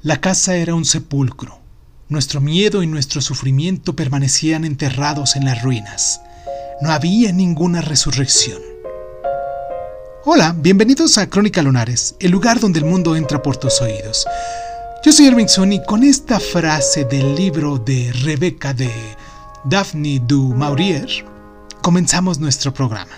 La casa era un sepulcro. Nuestro miedo y nuestro sufrimiento permanecían enterrados en las ruinas. No había ninguna resurrección. Hola, bienvenidos a Crónica Lunares, el lugar donde el mundo entra por tus oídos. Yo soy Ervingson y con esta frase del libro de Rebeca de Daphne du Maurier, comenzamos nuestro programa.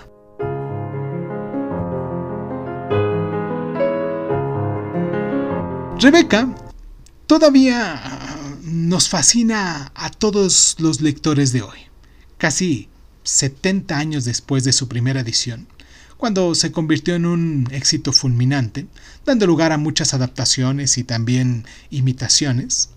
Rebeca todavía nos fascina a todos los lectores de hoy, casi 70 años después de su primera edición, cuando se convirtió en un éxito fulminante, dando lugar a muchas adaptaciones y también imitaciones.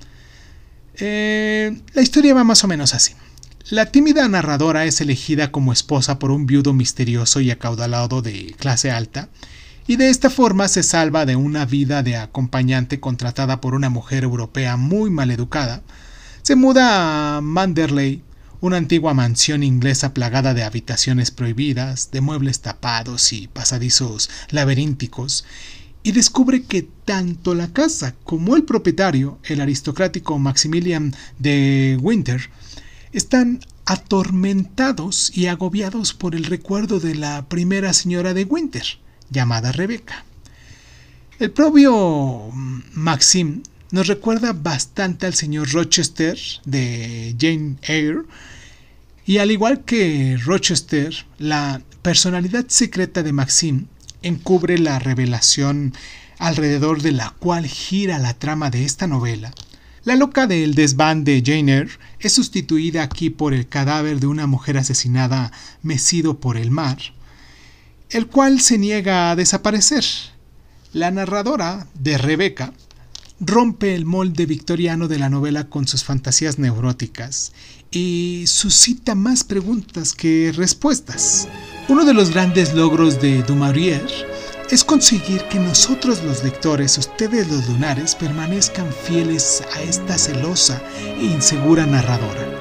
La historia va más o menos así. La tímida narradora es elegida como esposa por un viudo misterioso y acaudalado de clase alta, y de esta forma se salva de una vida de acompañante contratada por una mujer europea muy maleducada. Se muda a Manderley, una antigua mansión inglesa plagada de habitaciones prohibidas, de muebles tapados y pasadizos laberínticos, y descubre que tanto la casa como el propietario, el aristocrático Maximilian de Winter, están atormentados y agobiados por el recuerdo de la primera señora de Winter, llamada Rebeca. El propio Maxim nos recuerda bastante al señor Rochester de Jane Eyre, y al igual que Rochester, la personalidad secreta de Maxim encubre la revelación alrededor de la cual gira la trama de esta novela. La loca del desván de Jane Eyre es sustituida aquí por el cadáver de una mujer asesinada mecido por el mar, el cual se niega a desaparecer. La narradora de Rebeca rompe el molde victoriano de la novela con sus fantasías neuróticas y suscita más preguntas que respuestas. Uno de los grandes logros de du Maurier es conseguir que nosotros los lectores, ustedes los lunares, permanezcan fieles a esta celosa e insegura narradora.